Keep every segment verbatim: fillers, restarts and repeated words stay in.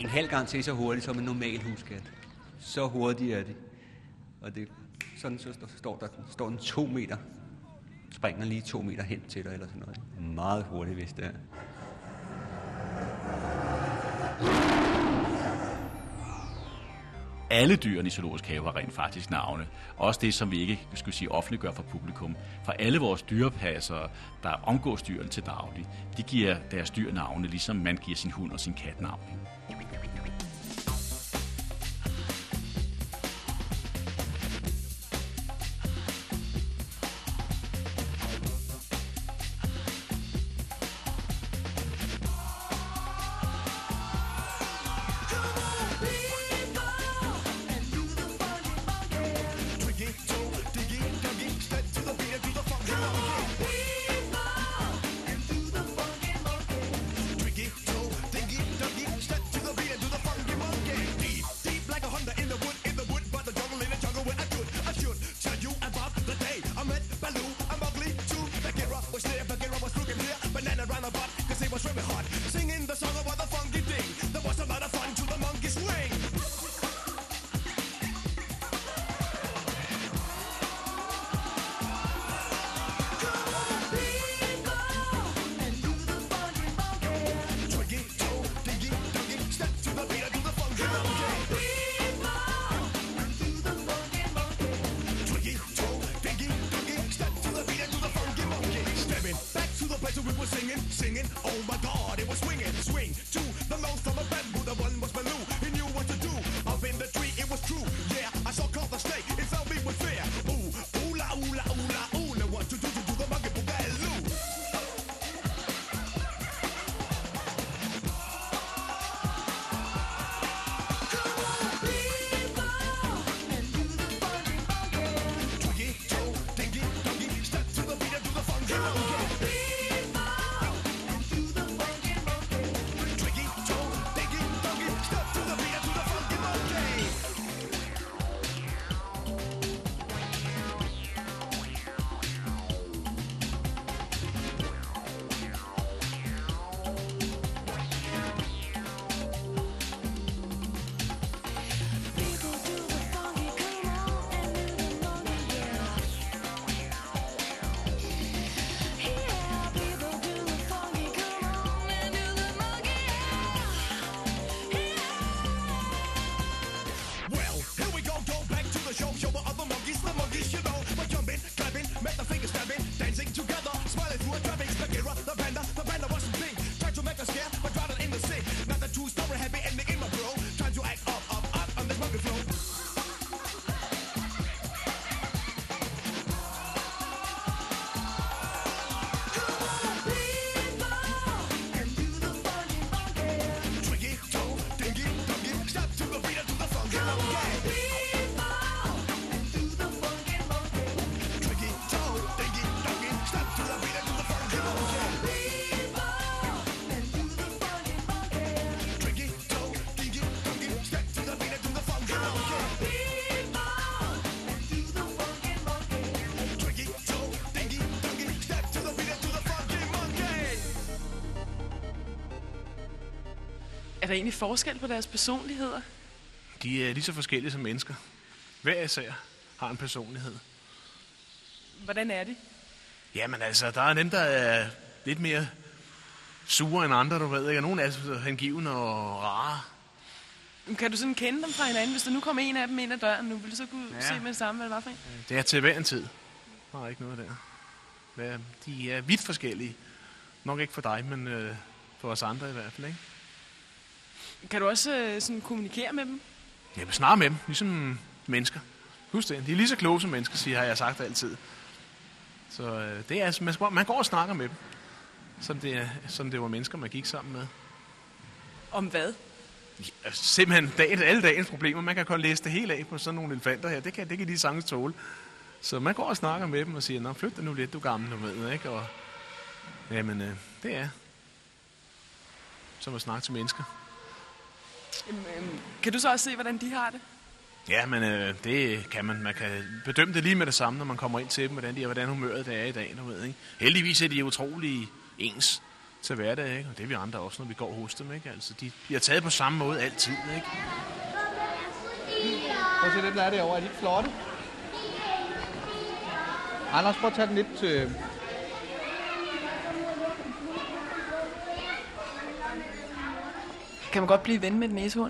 en halv gang til så hurtigt som en normal huskat. Så hurtigt er de. Og det, sådan så står der står den to meter, springer lige to meter hen til dig eller sådan noget. Meget hurtigt, hvis det er. Alle dyrene i zoologisk have har rent faktisk navne. Også det, som vi ikke skulle sige offentliggør for publikum. For alle vores dyrepassere, der omgås dyrene til daglig, de giver deres dyr navne, ligesom man giver sin hund og sin kat navn. Er der egentlig forskel på deres personligheder? De er lige så forskellige som mennesker. Hver især har en personlighed. Hvordan er det? Jamen altså, der er dem, der er lidt mere sure end andre, du ved ikke. Nogle er altså hengivne og rare. Kan du sådan kende dem fra hinanden? Hvis der nu kommer en af dem ind ad døren nu, vil du så kunne ja. se med det samme, hvad det var for en? Det er til hver en tid. Der er ikke noget der. De er vidt forskellige. Nok ikke for dig, men øh, for os andre i hvert fald, ikke? Kan du også øh, sådan kommunikere med dem? Jeg vil snarere med dem, ligesom mennesker. Husk det, de er lige så kloge som mennesker, siger jeg, jeg har sagt altid. Så øh, det er, man, skal, man går og snakker med dem, som det, som det var mennesker, man gik sammen med. Om hvad? Ja, simpelthen dagen, alle dagens problemer. Man kan godt læse det hele af på sådan nogle elefanter her. Det kan, det kan de sagtens tåle. Så man går og snakker med dem og siger, nå, flyt dig nu lidt, du gammel, du ved, ikke? Og, jamen, øh, det er som at snakke til mennesker. Jamen, kan du så også se, hvordan de har det? Ja, men øh, det kan man. Man kan bedømme det lige med det samme, når man kommer ind til dem, hvordan de er, hvordan humøret det er i dag, du ved, ikke? Heldigvis er de utrolig ens til hverdag, ikke? Og det er vi andre også, når vi går hos dem, ikke? Altså, de bliver taget på samme måde altid, ikke? Prøv at se, den der er derovre. Er de ikke flotte? Anders, prøv at tage den lidt til... Kan man godt blive ven med et næsehorn?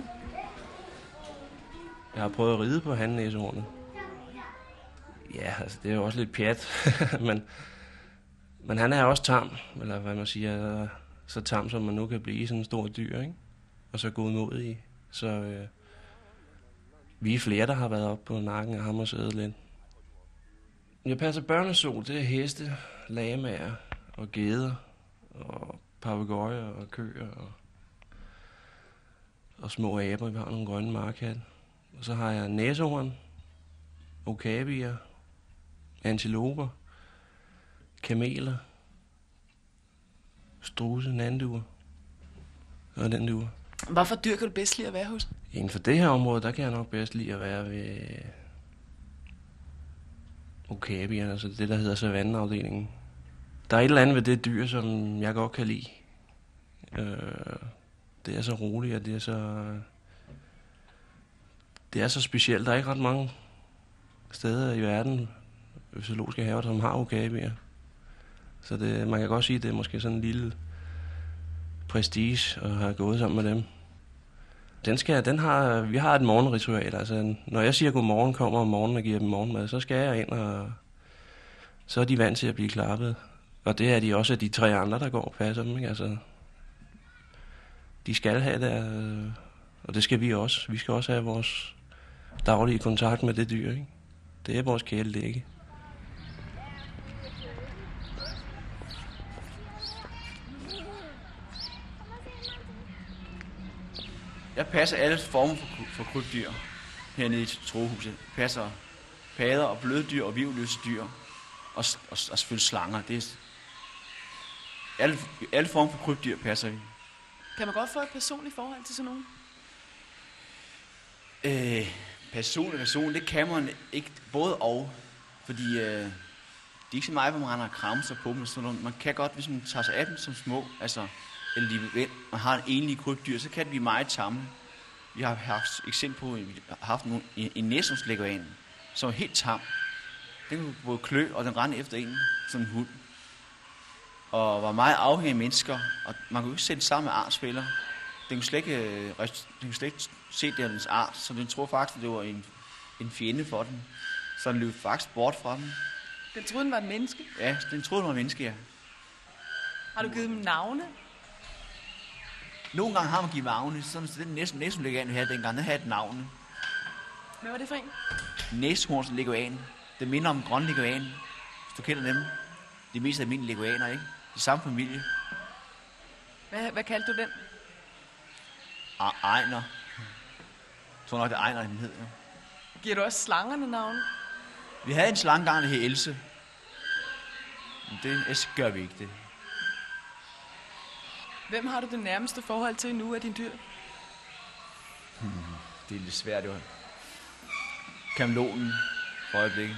Jeg har prøvet at ride på handnæsehornet. Ja, altså det er jo også lidt pjat, men, men han er også tam, eller hvad man siger, så tam som man nu kan blive, sådan en stor dyr, ikke? Og så godmodig. Så øh, vi er flere, der har været oppe på nakken af ham og siddet lidt. Jeg passer børnesol, det er heste, lamaer og geder og papegøjer og køer og, og små aber. Vi har nogle grønne markhatte. Og så har jeg næsehorn, okabier, antiloper, kameler, struse, nanduer og den duer. Hvorfor dyr kan du bedst lide at være hos? Inden for det her område, der kan jeg nok bedst lide at være ved okabierne, altså det, der hedder savanneafdelingen. Der er et eller andet ved det dyr, som jeg godt kan lide. Øh, det er så roligt, og det er så... Det er så specielt. Der er ikke ret mange steder i verden, zoologiske haver, som har okabier. Så det, man kan godt sige, at det er måske sådan en lille prestige at have gået sammen med dem. Den skal, den har, vi har et morgenritual. Altså, når jeg siger godmorgen, kommer om morgenen og giver dem morgenmad, så skal jeg ind, og så er de vant til at blive klappet. Og det er de også af de tre andre, der går og passer dem. Ikke? Altså, de skal have det, og det skal vi også. Vi skal også have vores daglige kontakt med det dyr. Ikke? Det er vores kæledække. Jeg passer alle former for, for krybdyr hernede i Trohuset. Jeg passer padder og bløddyr og virveløse dyr og, og, og selvfølgelig slanger. Det er, alle, alle former for krybdyr passer vi. Kan man godt få et personligt forhold til sådan nogen? Øh, personligt person, det kan man ikke både og. Fordi øh, det er ikke så meget, hvor man render og krammer sig på dem. Sådan man kan godt, hvis man tager sig af dem som små, altså, eller de man har en enlig krybdyr, så kan det blive meget tamme. Vi har haft eksempel på, at vi har haft nogle, en, en næsehornsleguan, som er helt tam. Den kunne både klø, og den rendte efter en som en hund. Og var meget afhængig af mennesker, og man kunne ikke sætte sammen med artsfæller. Den kunne slet ikke, den kunne slet ikke se dens art, så den troede faktisk, at det var en, en fjende for den. Så den løb faktisk bort fra den. Den troede, den var et menneske? Ja, den troede, den var et menneske, ja. Har du givet dem navne? Nogle gange har man givet navne, sådan så den næsten næsehornsleguan, vi havde dengang, den havde et navne. Hvad var det for en? Næsehornsleguan. Det minder om grøn leguan, hvis du kender dem. De mest almindelige leguaner, ikke? I samme familie. Hvad, hvad kaldte du den? Ejner. Jeg tror nok, det er Ejner, den hed, ja. Giver du også slangerne navne? Vi havde en slange gang, der hed Else. Men det gør vi ikke, det. Hvem har du det nærmeste forhold til nu af din dyr? Hmm, det er lidt svært, jo. Kameleonen for øjeblikket.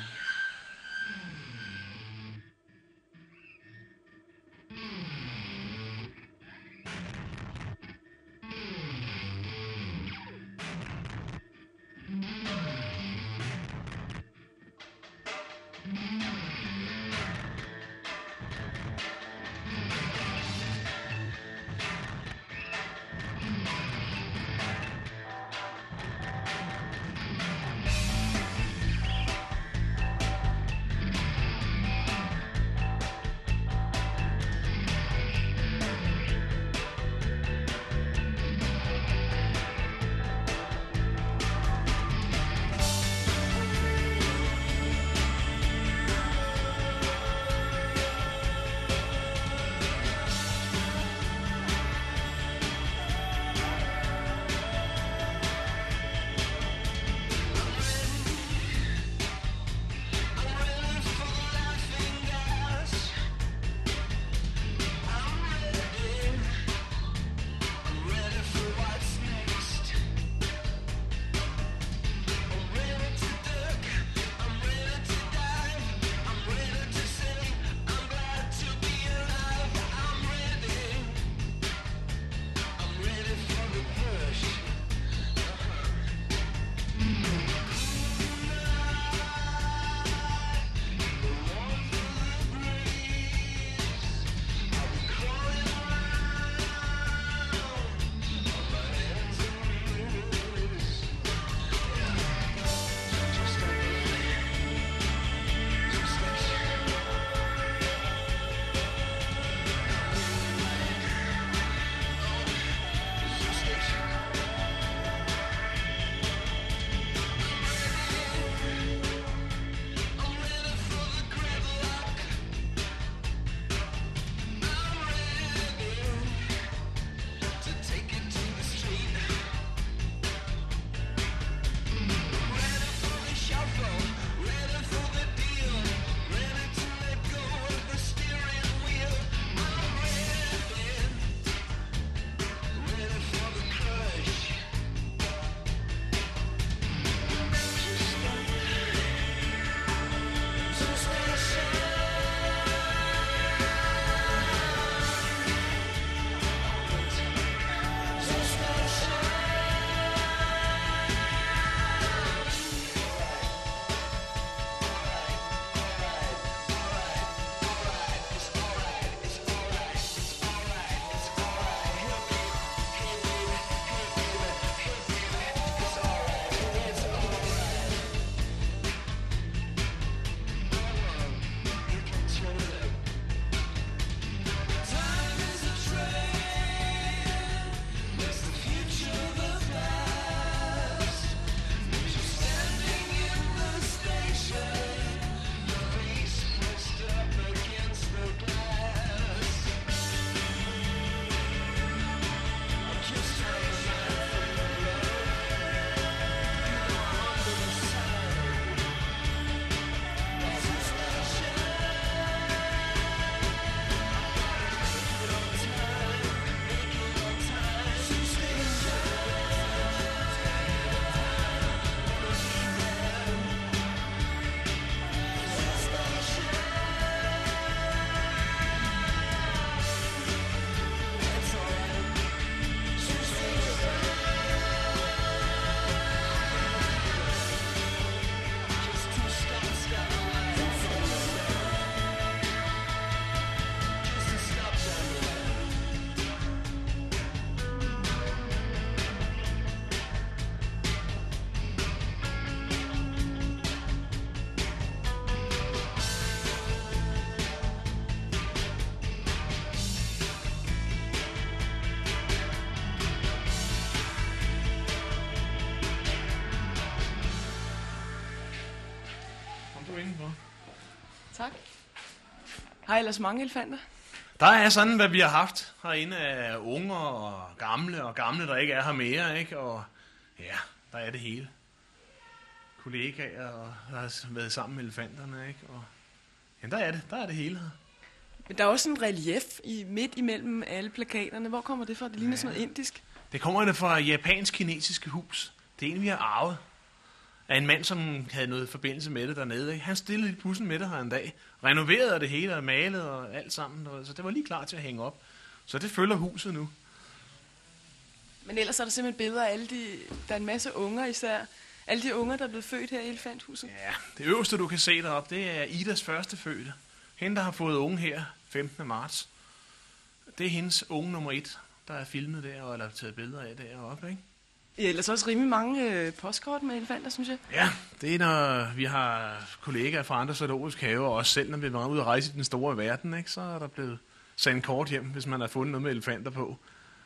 Har I ellers mange elefanter? Der er sådan, hvad vi har haft herinde af unger og gamle, og gamle, der ikke er her mere, ikke? Og ja, der er det hele. Kollegaer, og der har været sammen med elefanterne, ikke? Og ja, der er det, der er det hele her. Men der er også en relief i, midt imellem alle plakaterne. Hvor kommer det fra? Det ligner ja. sådan noget indisk. Det kommer det fra japansk-kinesiske hus. Det er en, vi har arvet. Af en mand, som havde noget forbindelse med det dernede. Ikke? Han stillede lidt bussen med det her en dag. Renoverede det hele og malede og alt sammen. Så det var lige klar til at hænge op. Så det følger huset nu. Men ellers er der simpelthen billeder af alle de... Der er en masse unger især. Alle de unger, der er blevet født her i elefanthuset. Ja, det øverste, du kan se deroppe, det er Idas første fødte. Hende, der har fået unge her femtende marts. Det er hendes unge nummer et, der er filmet der, og eller taget billeder af deroppe, ikke? Ja, ellers også rimelig mange øh, postkort med elefanter, synes jeg. Ja, det er, når vi har kollegaer fra andre zoologiske haver, og også selv, når vi er ude at rejse i den store verden, ikke, så er der blevet sendt kort hjem, hvis man har fundet noget med elefanter på.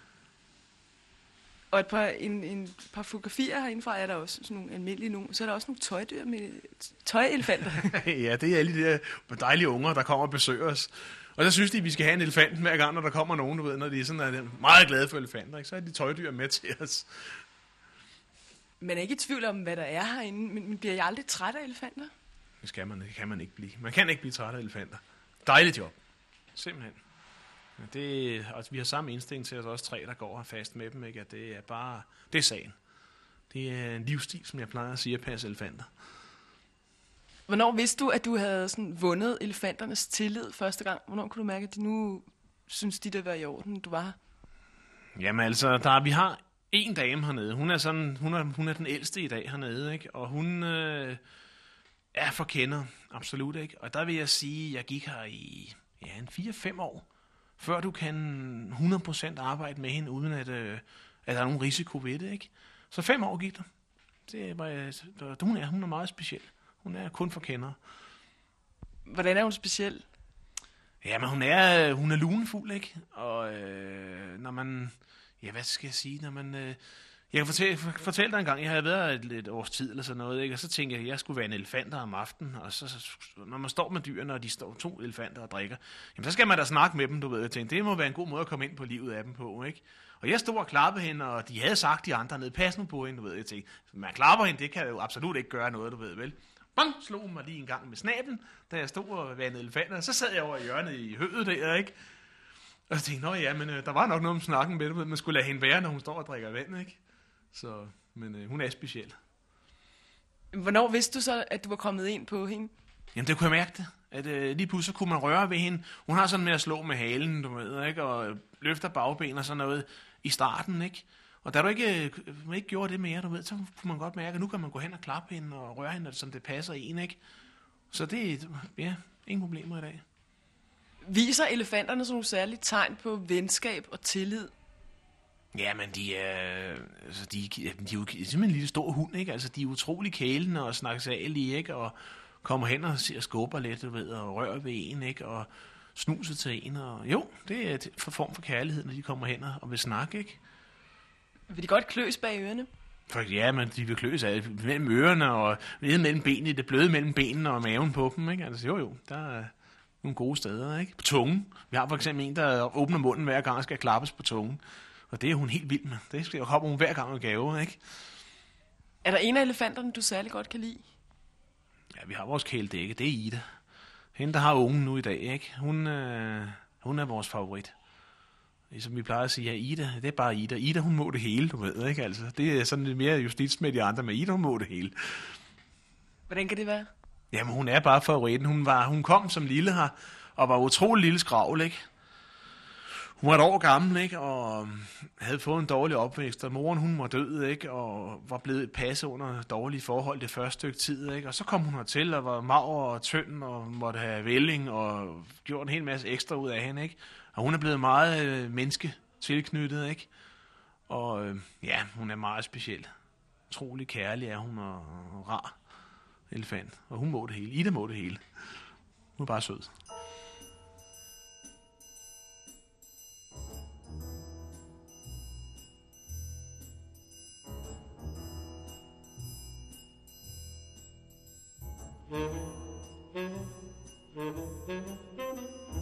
Og et par, en, en par fotografier herindefra er der også, sådan nogle almindelige nogle. Så er der også nogle tøjdyr med tøjelefanter. Ja, det er alle de der dejlige unger, der kommer og besøger os. Og så synes de, at vi skal have en elefant hver gang, når der kommer nogen, du ved, når de er, sådan, er meget glade for elefanter, ikke? Så er de tøjdyr med til os. Man er ikke i tvivl om, hvad der er herinde, men bliver jeg aldrig træt af elefanter? Det skal man, det kan man ikke blive. Man kan ikke blive træt af elefanter. Dejligt job. Simpelthen. Det, altså, vi har samme indstilling til os også tre, der går her fast med dem, ikke? At det er bare, det er sagen. Det er en livsstil, som jeg plejer at sige, at passe elefanter. Hvornår vidste du, at du havde sådan vundet elefanternes tillid første gang? Hvornår kunne du mærke, at de nu synes, de der var i orden, du var her? Jamen altså, der, vi har en dame hernede. Hun er, sådan, hun er, hun er den ældste i dag hernede, ikke? Og hun øh, er for kender, absolut ikke. Og der vil jeg sige, at jeg gik her i ja, en fire fem år, før du kan hundrede procent arbejde med hende, uden at, øh, at der er nogen risiko ved det, ikke? Så fem år gik der. Det var, der hun, er, hun er meget speciel. Hun er kun for kendere. Hvordan er hun speciel? Jamen, hun er, hun er lunefuld, ikke? Og øh, når man... Ja, hvad skal jeg sige? Når man... Øh, jeg kan fortælle, fortælle dig en gang, jeg havde været et, et års tid eller sådan noget, ikke? Og så tænkte jeg, at jeg skulle være en elefant om aftenen. Og så, så, når man står med dyrene, og de står to elefanter og drikker, jamen så skal man da snakke med dem, du ved. Jeg tænkte, det må være en god måde at komme ind på livet af dem på, ikke? Og jeg stod og klappede hende, og de havde sagt de andre nede, pas nu på hende, du ved. Jeg tænkte, man klapper hende, det kan jo absolut ikke gøre noget, du ved, vel? Bang, slog mig lige en gang med snablen, da jeg stod og vandede elefanter. Så sad jeg over i hjørnet i høet der, ikke? Og så tænkte jeg, nå ja, men øh, der var nok noget om snakken med det, man skulle lade hende være, når hun står og drikker vand, ikke? Så, men øh, hun er speciel. Hvornår vidste du så, at du var kommet ind på hende? Jamen, det kunne jeg mærke det. At øh, lige pludselig kunne man røre ved hende. Hun har sådan med at slå med halen, du ved, ikke? Og løfter bagben og sådan noget i starten, ikke? Og da du ikke, øh, ikke gjorde det mere, du ved, så kunne man godt mærke, at nu kan man gå hen og klappe hende og røre hende, som det passer en, ikke? Så det, ja, ingen problemer i dag. Viser elefanterne sådan nogle særlige tegn på venskab og tillid? Ja, men de er, altså de, de er jo simpelthen en lille stor hund, ikke? Altså, de er utrolig kælende og snaksalige, ikke? Og kommer hen og ser skubber lidt, du ved, og rører ved en, ikke? Og snuser til en, og jo, det er en form for kærlighed, når de kommer hen og vil snakke, ikke? Vil de godt kløs bag ørerne? For ja, men de vil kløs af mellem ørerne og nede mellem benene, det bløde mellem benene og maven på dem, ikke? Altså, jo jo, der er nogle gode steder, ikke? På tungen. Vi har for eksempel en, der åbner munden hver gang og skal klappes på tungen. Og det er hun helt vild med. Det skal jo komme hun hver gang med gaver, ikke? Er der en af elefanterne, du særlig godt kan lide? Ja, vi har vores kæledække. Det er Ida. Hende, der har ungen nu i dag, ikke? Hun, øh, hun er vores favorit. Som vi plejer at sige, ja, Ida, det er bare Ida. Ida, hun må det hele, du ved, ikke? Altså, det er sådan lidt mere justits med de andre, men Ida, hun må det hele. Hvordan kan det være? Jamen, hun er bare favoritten. Hun, var, hun kom som lille her, og var utrolig lille skravl, ikke? Hun var et år gammel, ikke, og havde fået en dårlig opvækst, og moren, hun var død, ikke, og var blevet passet under dårlige forhold det første stykke tid, ikke, og så kom hun hertil og var mager og tynd og måtte have vælling og gjorde en hel masse ekstra ud af hende, ikke, og hun er blevet meget øh, menneske tilknyttet, ikke, og øh, ja, hun er meget speciel. Utrolig kærlig er hun og, og rar elefant, og hun må det hele. Ida må det hele. Hun er bare sød. Mm-hmm.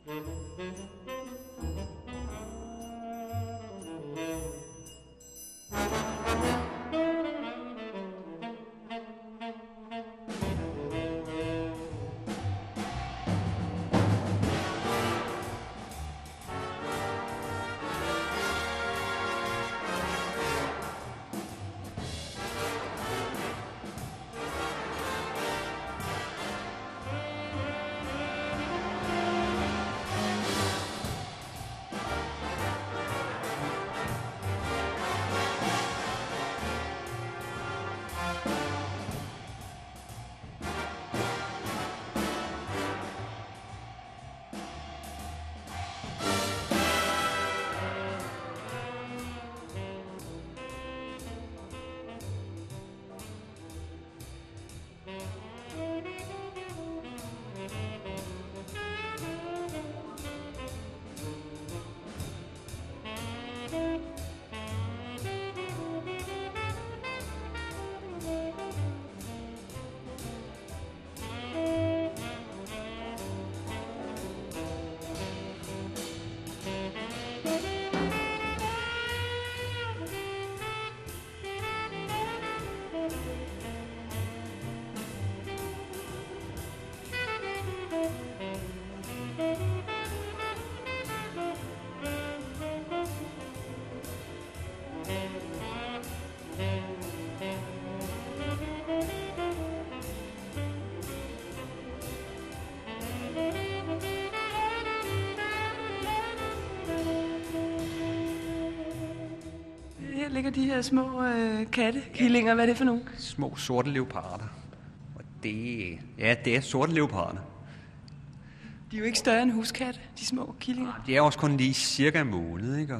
Her ligger de her små øh, kattekillinger. Hvad er det for nogle? Små sorte leoparder. Og det, ja, det er sorte leoparder. De er jo ikke større end huskatte, de små killinger. De er også kun lige cirka en måned, ikke?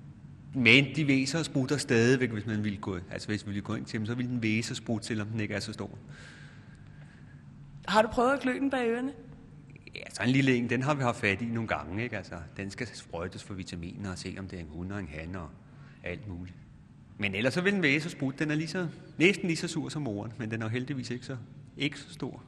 Men de væser og sprutter stadigvæk, hvis man ville gå, altså hvis vi ville gå ind til dem, så ville den væse og sprutte, selvom den ikke er så stor. Har du prøvet at klø den bag ørerne? Ja, så en lille en, den har vi haft fat i nogle gange, ikke? Altså, den skal sprøjtes for vitaminer og se, om det er en hund og en han og alt muligt. Men ellers så vil den væse og sprutte. Den er lige så, næsten lige så sur som moren, men den er heldigvis ikke så, ikke så stor.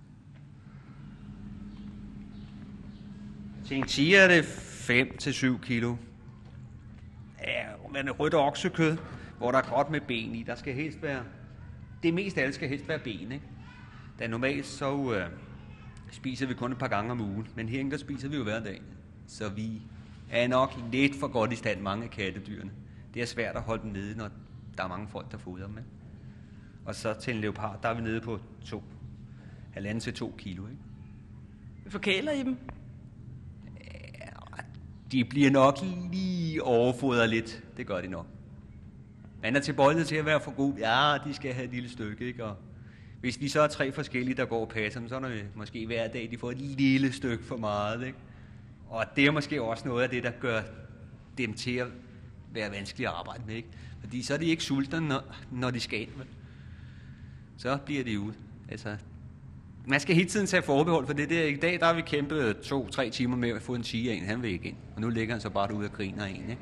Til en tiger er det fem til syv kilo. Ja, men rødt oksekød, hvor der er godt med ben i. Der skal helst være, det mest af alt skal helst være ben, ikke? Da normalt så øh, spiser vi kun et par gange om ugen, men herinde der spiser vi jo hver dag. Så vi er nok lidt for godt i stand, mange af kattedyrene. Det er svært at holde dem nede, når der er mange folk, der fodrer dem. Og så til en leopard, der er vi nede på to, halvanden til to kilo, ikke? Forkæler I dem? Ja, de bliver nok lige overfodret lidt. Det gør de nok. Man er tilbøjelighed til at være for god. Ja, de skal have et lille stykke, ikke? Og hvis vi så er tre forskellige, der går og passer dem, så er det måske hver dag, de får et lille stykke for meget, ikke? Og det er måske også noget af det, der gør dem til at være vanskeligt at arbejde med, ikke? Fordi så er de ikke sultne, når, når de skal ind. Så bliver de ude. Altså, man skal hele tiden tage forbehold for det der. I dag der har vi kæmpet to-tre timer med at få en tiger ind. Han vil ikke ind. Og nu ligger han så bare derude og griner af en, ikke?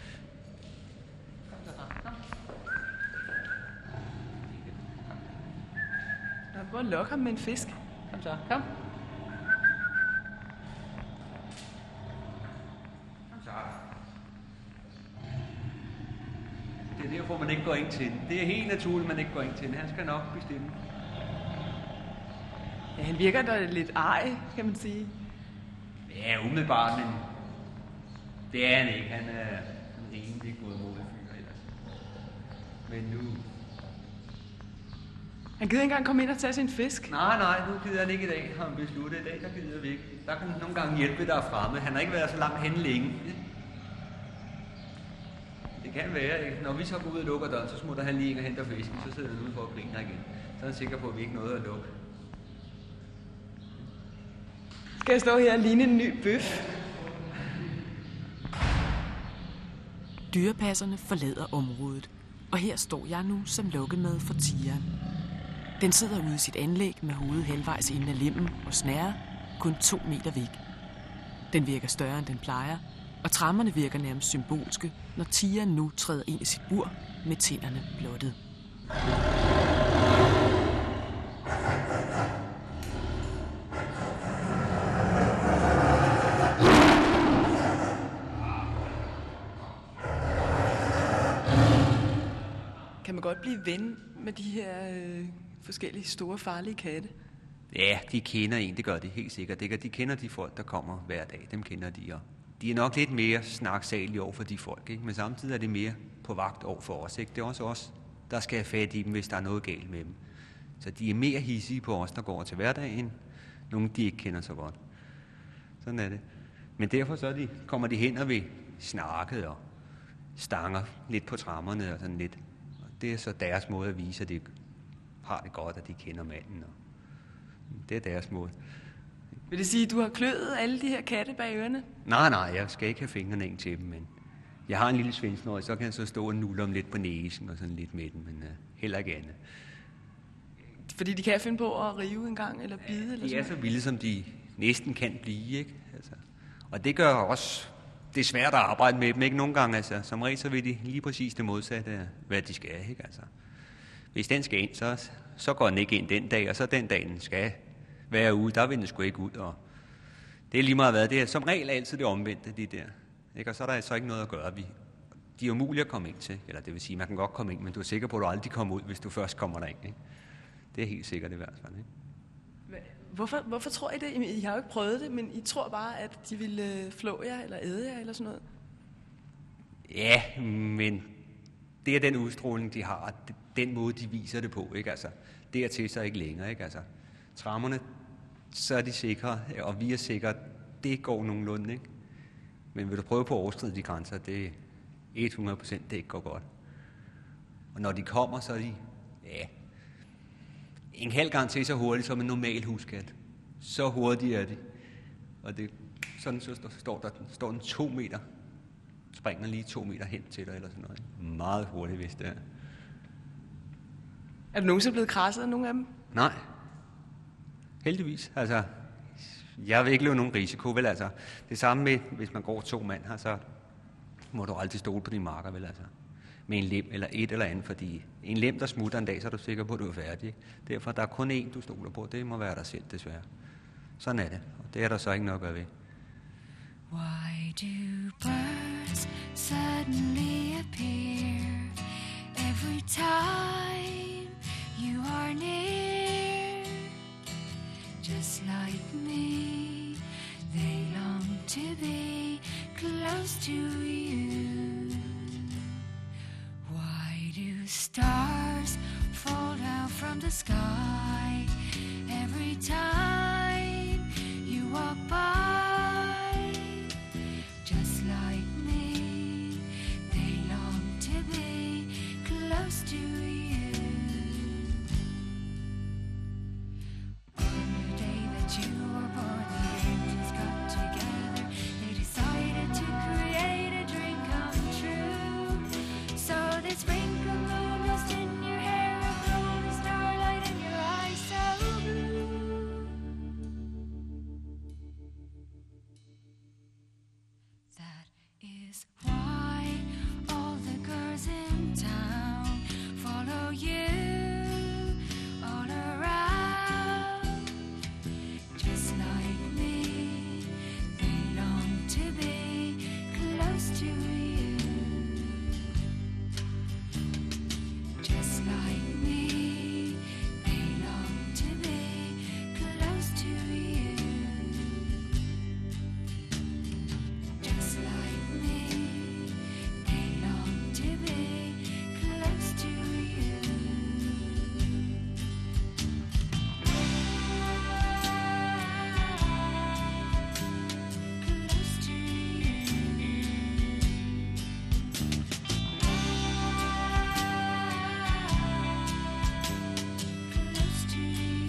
Jeg prøver at lokke ham med en fisk. Kom så, kom. Kom så. Det er derfor, man ikke går ind til den. Det er helt naturligt, man ikke går ind til den. Han skal nok bestemme. Ja, han virker da lidt ej, kan man sige. Ja, umiddelbart, men det er han ikke. Han er en rimelig god målefyr ellers. Men nu... Han gider ikke engang komme ind og tage sin fisk. Nej, nej, nu gider han ikke i dag, har han besluttet. I dag, der gider vi ikke. Der kan nogle gange hjælpe, der er fremme. Han har ikke været så langt henne længe. Det kan være, ikke? Når vi så går ud og lukker døren, så smutter han lige ind og henter fisken. Så sidder han ude for at grine igen. Så er han sikker på, at vi ikke nåede at lukke. Skal jeg stå her og ligne en ny bøf? Dyrepasserne forlader området, og her står jeg nu som lokkemad for tigeren. Den sidder ude i sit anlæg med hovedet halvvejs inden af lemmen og snærer, kun to meter væk. Den virker større end den plejer, og trammerne virker nærmest symbolske, når tigeren nu træder ind i sit bur med tænderne blottet. man godt blive ven med de her øh, forskellige store, farlige katte? Ja, de kender en, det gør de helt sikkert. Det gør, de kender de folk, der kommer hver dag. Dem kender de, og de er nok lidt mere snaksalige over for de folk, ikke? Men samtidig er det mere på vagt over for os, ikke? Det er også os, der skal have fat i dem, hvis der er noget galt med dem. Så de er mere hissige på os, der går til hverdagen, nogle de ikke kender så godt. Sådan er det. Men derfor så de, kommer de hen og vil snakke og stanger lidt på trammerne og sådan lidt. Og det er så deres måde at vise, at de har det godt, at de kender manden. Og det er deres måde. Vil det sige, at du har kløet alle de her katte bag ørerne? Nej, nej, jeg skal ikke have fingrene ind til dem, men jeg har en lille svendsnøj, så kan jeg så stå og nulle om lidt på næsen og sådan lidt med den, men uh, heller ikke andet. Fordi de kan finde på at rive en gang eller bide? Eller De sådan er så vilde, som de næsten kan blive, ikke? Altså, og det gør også, det er svært at arbejde med dem, ikke? Nogle gange, altså, som regel så vil de lige præcis det modsatte af, hvad de skal, ikke? Altså, hvis den skal ind, så, så går den ikke ind den dag, og så den dag, den skal være ude, der vil den sgu ikke ud, og det er lige meget hvad, det er som regel altid det omvendte, de der, ikke? Og så er der altså ikke noget at gøre, vi, de er umulige at komme ind til, eller det vil sige, man kan godt komme ind, men du er sikker på, at du aldrig kommer ud, hvis du først kommer derind, ikke? Det er helt sikkert i hvert fald, ikke? Hvorfor, hvorfor tror I det? I har jo ikke prøvet det, men I tror bare, at de ville flå jer eller æde jer eller sådan noget? Ja, men det er den udstråling, de har, den måde, de viser det på, ikke? Altså, dertil så ikke længere, ikke? Altså, trammerne, så er de sikre, og vi er sikre, det går nogenlunde, ikke? Men vil du prøve på at overskride de grænser, det er hundrede procent, det ikke går godt. Og når de kommer, så er de, ja, en halv gang til så hurtigt som en normal huskat. Så hurtigt er de. Og det, sådan så står der står den to meter, springer lige to meter hen til dig, eller sådan noget. Meget hurtigt, hvis det er. Er du nogensinde blevet krasset af nogle af dem? Nej. Heldigvis. Altså, jeg vil ikke løbe nogen risiko, vel altså. Det samme med, hvis man går to mand her, så må du aldrig stole på dine marker, vel altså. Med en lem eller et eller andet, fordi en lem, der smutter en dag, så er du sikker på, at du er færdig. Derfor der er kun én, du stoler på. Det må være dig selv, desværre. Sådan er det, og det er der så ikke nok at gøre ved. Why do birds suddenly appear every time you are near? Just like me, they long to be close to you. Why do stars fall down from the sky every time you walk by? Just like me, they long to be close to you. On the day that you were born, the angels got together. They decided to create a dream come true. So they sprinkle moon dust in your hair and golden starlight in your eyes so blue. That is why all the girls in town follow you all around. Just like me, they long to be close to you. Just like me, they long to be close to you. Just like me, they long to be close to you. Close to you. Close to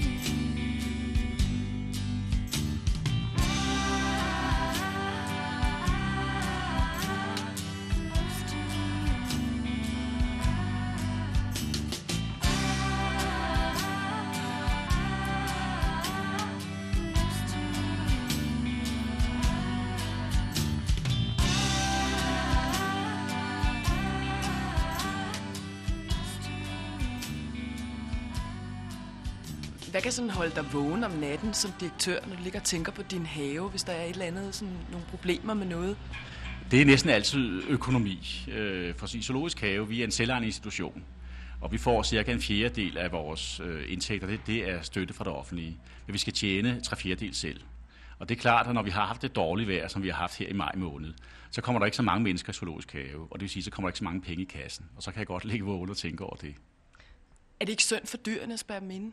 Hvad kan sådan holde dig vågen om natten som direktør, når du ligger og tænker på din have, hvis der er et eller andet, sådan nogle problemer med noget? Det er næsten altid økonomi. Øh, for i Zoologisk Have, vi er en selvejende institution. Og vi får cirka en fjerdedel af vores øh, indtægter, det, det er støtte fra det offentlige. Men vi skal tjene tre fjerdedel selv. Og det er klart, at når vi har haft det dårlige vejr, som vi har haft her i maj måned, så kommer der ikke så mange mennesker i Zoologisk Have, og det vil sige, så kommer der ikke så mange penge i kassen. Og så kan jeg godt ligge vågen og tænke over det. Er det ikke synd for dyrene at spærre dem inde?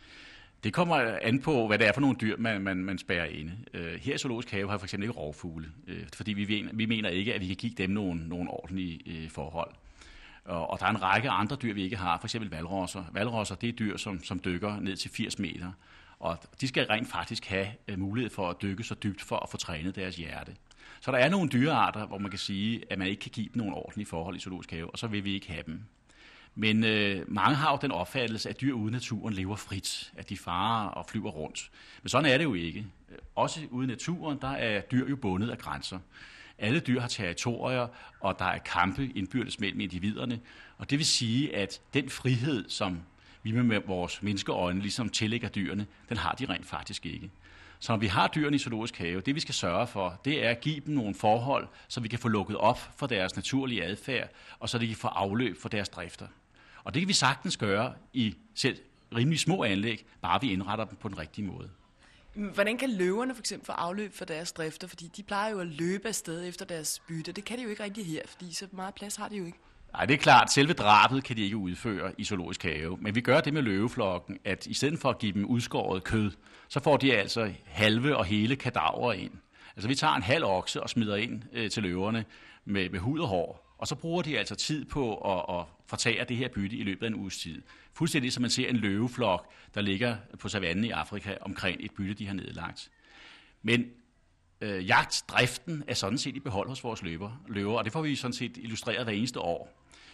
Det kommer an på, hvad det er for nogle dyr, man, man, man spærrer inde. Uh, her i Zoologisk Have har vi for eksempel ikke rovfugle, uh, fordi vi, vi, vi mener ikke, at vi kan give dem nogle, nogle ordentlige uh, forhold. Og, og der er en række andre dyr, vi ikke har, for eksempel valrosser. Valrosser, det er dyr, som, som dykker ned til firs meter, og de skal rent faktisk have uh, mulighed for at dykke så dybt for at få trænet deres hjerte. Så der er nogle dyrearter, hvor man kan sige, at man ikke kan give dem nogle ordentlige forhold i Zoologisk Have, og så vil vi ikke have dem. Men øh, mange har jo den opfattelse, at dyr ude i naturen lever frit, at de farer og flyver rundt. Men sådan er det jo ikke. Også ude i naturen, der er dyr jo bundet af grænser. Alle dyr har territorier, og der er kampe indbyrdes mellem individerne. Og det vil sige, at den frihed, som vi med vores menneskeøjne ligesom tillægger dyrene, den har de rent faktisk ikke. Så når vi har dyrene i Zoologisk Have, det vi skal sørge for, det er at give dem nogle forhold, så vi kan få lukket op for deres naturlige adfærd, og så de kan få afløb for deres drifter. Og det kan vi sagtens gøre i selv rimelig små anlæg, bare vi indretter dem på den rigtige måde. Hvordan kan løverne for eksempel få afløb for deres drifter? Fordi de plejer jo at løbe afsted efter deres bytte. Det kan de jo ikke rigtig her, fordi så meget plads har de jo ikke. Nej, det er klart. Selve drabet kan de ikke udføre i Zoologisk Have. Men vi gør det med løveflokken, at i stedet for at give dem udskåret kød, så får de altså halve og hele kadaver ind. Altså vi tager en halv okse og smider ind øh, til løverne med, med hud og hår. Og så bruger de altså tid på at, at fortære det her bytte i løbet af en uges tid. Fuldstændig som man ser en løveflok, der ligger på savannen i Afrika omkring et bytte, de har nedlagt. Men øh, jagtdriften er sådan set i behold hos vores løver, løver, og det får vi sådan set illustreret hver eneste år.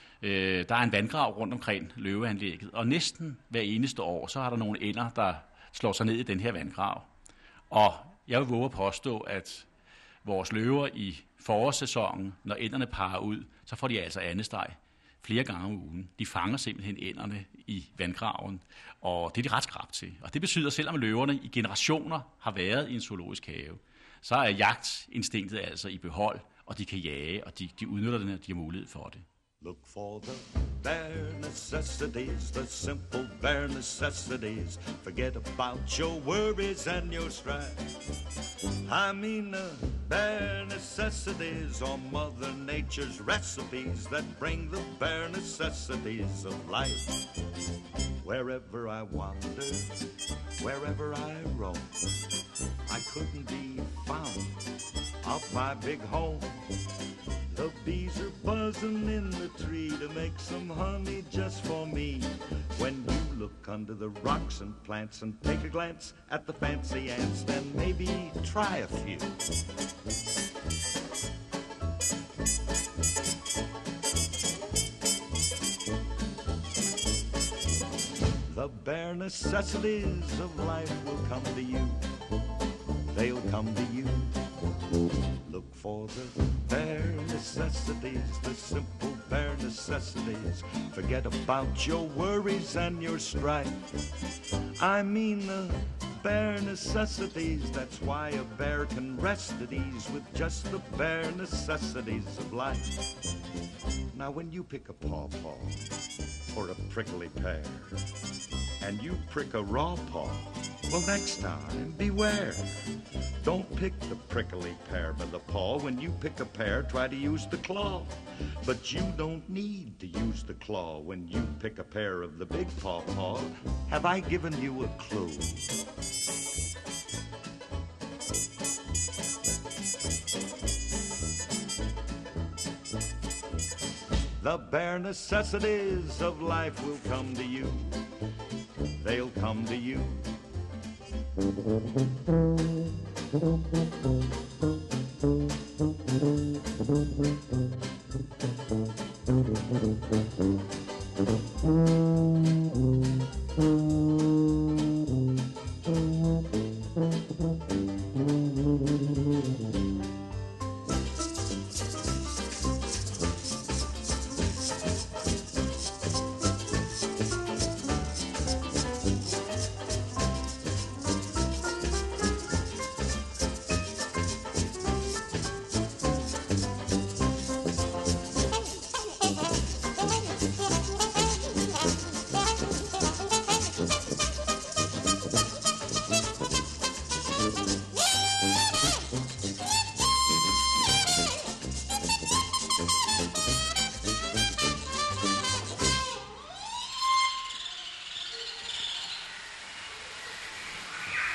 Øh, der er en vandgrav rundt omkring løveanlægget, og næsten hver eneste år, så er der nogle ænder, der slår sig ned i den her vandgrav. Og jeg vil våge at påstå, at vores løver i forårssæsonen, når ænderne parer ud, så får de altså andesteg flere gange om ugen. De fanger simpelthen ænderne i vandgraven, og det er de ret skrab til. Og det betyder, at selvom løverne i generationer har været i en zoologisk have, så er jagtinstinktet altså i behold, og de kan jage, og de, de udnytter det, når de har mulighed for det. Look for the bare necessities, the simple bare necessities. Forget about your worries and your strife. I mean the bare necessities are Mother Nature's recipes that bring the bare necessities of life. Wherever I wander, wherever I roam, I couldn't be found off my big home. The bees are buzzing in the tree to make some honey just for me. When you look under the rocks and plants and take a glance at the fancy ants, then maybe try a few. The bare necessities of life will come to you. They'll come to you. Look for the bare necessities, the simple bare necessities. Forget about your worries and your strife. I mean the bare necessities. That's why a bear can rest at ease with just the bare necessities of life. Now when you pick a pawpaw or a prickly pear and you prick a raw paw, well, next time, beware. Don't pick the prickly pear by the paw. When you pick a pear, try to use the claw. But you don't need to use the claw when you pick a pear of the big pawpaw. Have I given you a clue? The bare necessities of life will come to you. They'll come to you.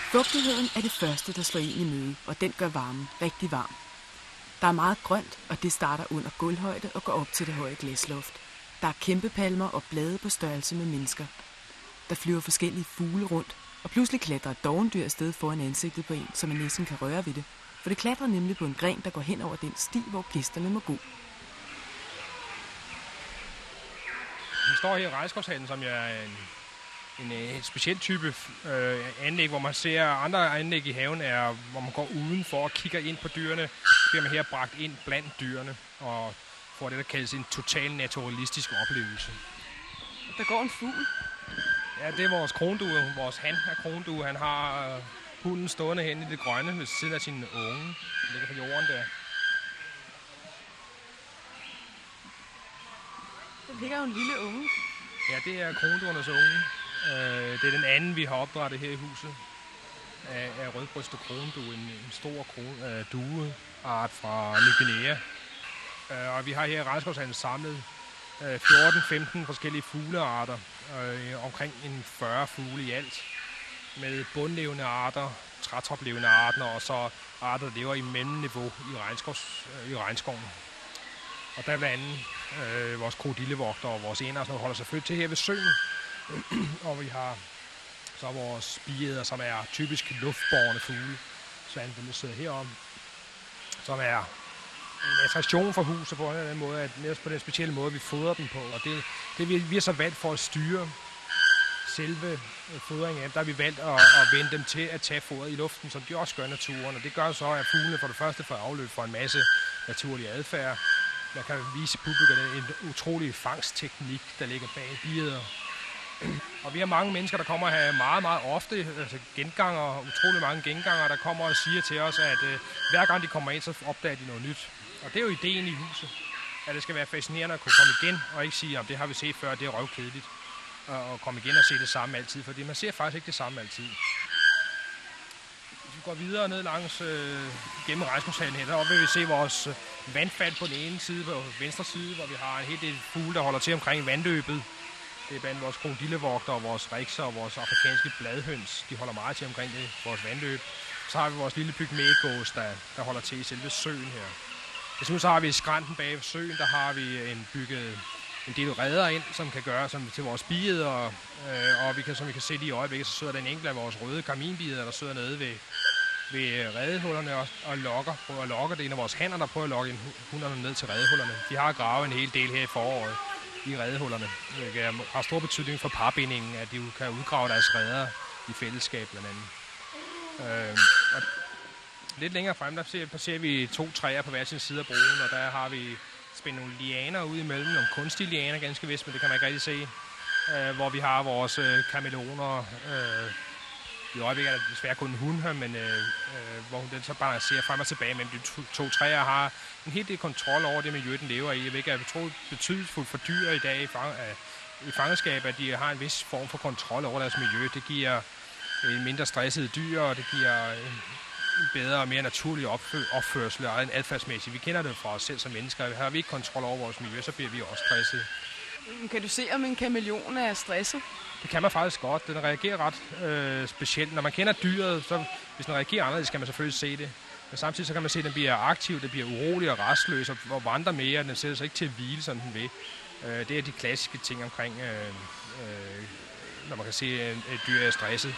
Fugtigheden er det første, der slår ind i møde, og den gør varmen rigtig varm. Der er meget grønt, og det starter under gulvhøjde og går op til det høje glasloft. Der er kæmpepalmer og blade på størrelse med mennesker. Der flyver forskellige fugle rundt, og pludselig klatrer et dovendyr afsted foran ansigtet på en, så man næsten kan røre ved det. For det klatrer nemlig på en gren, der går hen over den sti, hvor gæsterne må gå. Vi står her i Regnskovshallen, som er en, en, en speciel type øh, anlæg, hvor man ser andre anlæg i haven, er, hvor man går udenfor og kigger ind på dyrene. Så bliver man her bragt ind blandt dyrene og får det, der kaldes en total naturalistisk oplevelse. Der går en fugl. Ja, det er vores krondue. Vores han er krondue. Han har øh, hunden stående hen i det grønne ved siden af sin unge. Den ligger på jorden der. Der ligger jo en lille unge. Ja, det er kronduernes unge. Øh, det er den anden, vi har opdrettet her i huset. Af, af rødbrystet krondue. En, en stor kron, øh, dueart fra Ny Guinea. Øh, og vi har her i Regnskovshallen samlet øh, fjorten femten forskellige fuglearter. Øh, omkring en fyrre fugle i alt. Med bundlevende arter, trætoplevende arter og så arter, der lever i mellemniveau i, regnskovs, øh, i regnskoven. Og der er blandt andet øh, vores krokodillevogter og vores ener, som holder selvfølgelig til her ved søen. Og vi har så vores biæder, som er typisk luftborne fugle. Så den, der sidder herom, som er en attraktion for huset på en måde, at netop på den specielle måde, vi fodrer dem på. Og det, det vi, vi er så valgt for at styre selve fodringen, der har vi valgt at, at vende dem til at tage fodret i luften, som de også gør i naturen. Og det gør så, at fuglene for det første får afløb for en masse naturlig adfærd. Man kan vise publikum en utrolig fangstteknik, der ligger bag biæder. Og vi har mange mennesker, der kommer her meget, meget ofte, altså genganger, utrolig mange genganger, der kommer og siger til os, at øh, hver gang de kommer ind, så opdager de noget nyt. Og det er jo ideen i huset, at det skal være fascinerende at kunne komme igen, og ikke sige, at det har vi set før, det er røvkedeligt. Og komme igen og se det samme altid, fordi man ser faktisk ikke det samme altid. Hvis vi går videre ned langs øh, gennem Regnskovshallen her, deroppe vil vi se vores vandfald på den ene side, på venstre side, hvor vi har en hel del fugle, der holder til omkring vandløbet. Det er blandt vores krokodillevogter og vores rikser og vores afrikanske bladhøns. De holder meget til omkring det, vores vandløb. Så har vi vores lille pygmægås, der, der holder til i selve søen her. Desuden så har vi i skrænten bag ved søen, der har vi en bygget en del redder ind, som kan gøre som til vores bieder, øh, og vi kan, som vi kan se lige i øjeblikket, så sidder der en enkelt af vores røde karminbieder, der sidder nede ved, ved redehullerne og, og lokker, prøver at lokke. Det er en af vores hanner, der prøver at lokke hunderne ned til redehullerne. De har gravet en hel del her i foråret i redehullerne. Det har stor betydning for parbindingen, at de kan udgrave deres redder i fællesskab blandt andet. Øh, og lidt længere frem, der ser, ser vi to træer på hver sin side af broen, og der har vi spændt nogle lianer ud imellem, nogle kunstige lianer ganske vist, men det kan man ikke rigtig se. Øh, hvor vi har vores øh, kameleoner. Øh, I øjeblikket er der desværre kun en hund her, men øh, øh, hvor den så balancerer frem og tilbage mellem de to, to træer, har en helt del kontrol over det miljø, den lever i. Jeg ved ikke, at det er betydningsfuldt for dyr i dag i, fang, øh, i fangenskab, at de har en vis form for kontrol over deres miljø. Det giver en mindre stresset dyr, og det giver en bedre og mere naturlig opførsel og en adfærdsmæssig. Vi kender det fra os selv som mennesker. Har vi ikke kontrol over vores miljø, så bliver vi også stresset. Kan du se, om en kameleon er stresset? Det kan man faktisk godt. Den reagerer ret øh, specielt. Når man kender dyret, så hvis den reagerer anderledes, kan man selvfølgelig se det. Men samtidig så kan man se, at den bliver aktiv, den bliver urolig og restløs og, og vandrer mere. Den sætter sig ikke til at hvile, som den vil. Øh, det er de klassiske ting omkring, øh, øh, når man kan se, at et dyr er stresset.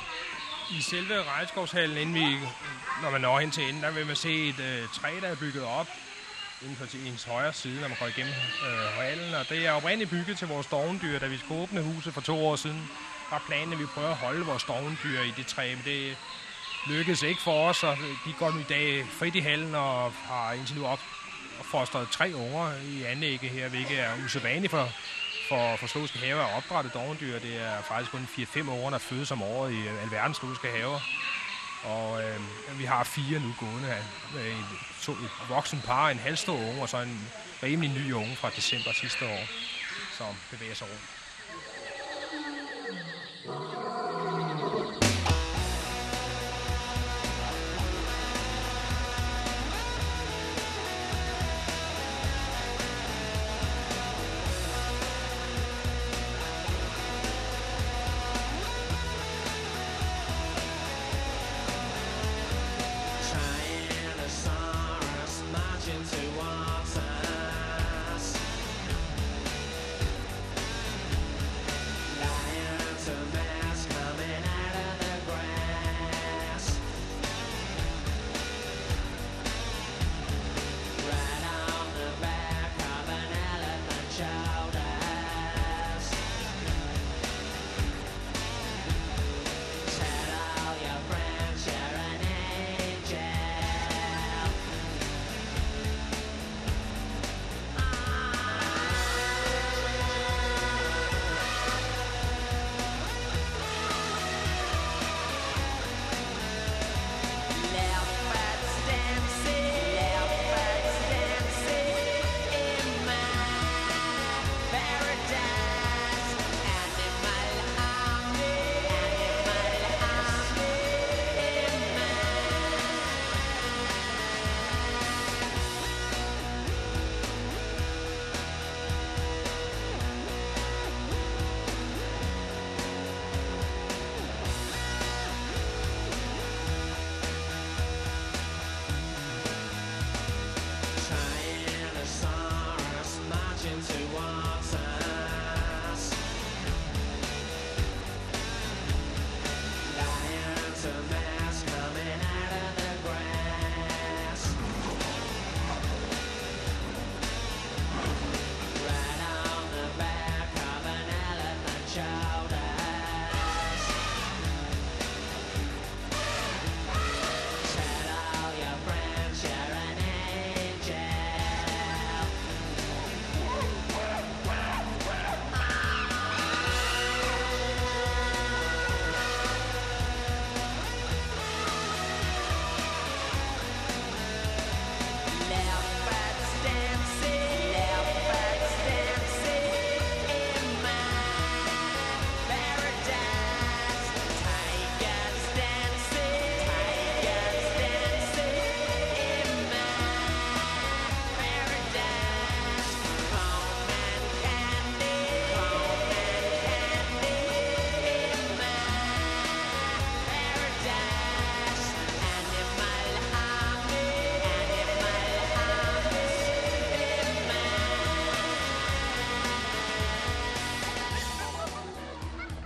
I selve Regnskovshallen, inden vi, når man når hen til enden, der vil man se et øh, træ, der er bygget op inden for ens højre side, når man går igennem øh, hallen. Og det er oprindeligt bygget til vores dovendyr, da vi skulle åbne huset for to år siden. Var planen, at vi prøver at holde vores dovendyr i det træ, men det lykkedes ikke for os, og de går nu i dag frit i hallen og har indtil nu opfostret tre unger i anlægget her, hvilket er usædvanligt for For, for zoologiske haver at opdrætte dovendyr. Det er faktisk kun fire til fem unger, der fødes om året i alverdens zoologiske haver. Og øh, vi har fire nu gående her. En, to, et voksen par, en halvstor unge, og så en rimelig ny unge fra december sidste år, som bevæger sig rundt.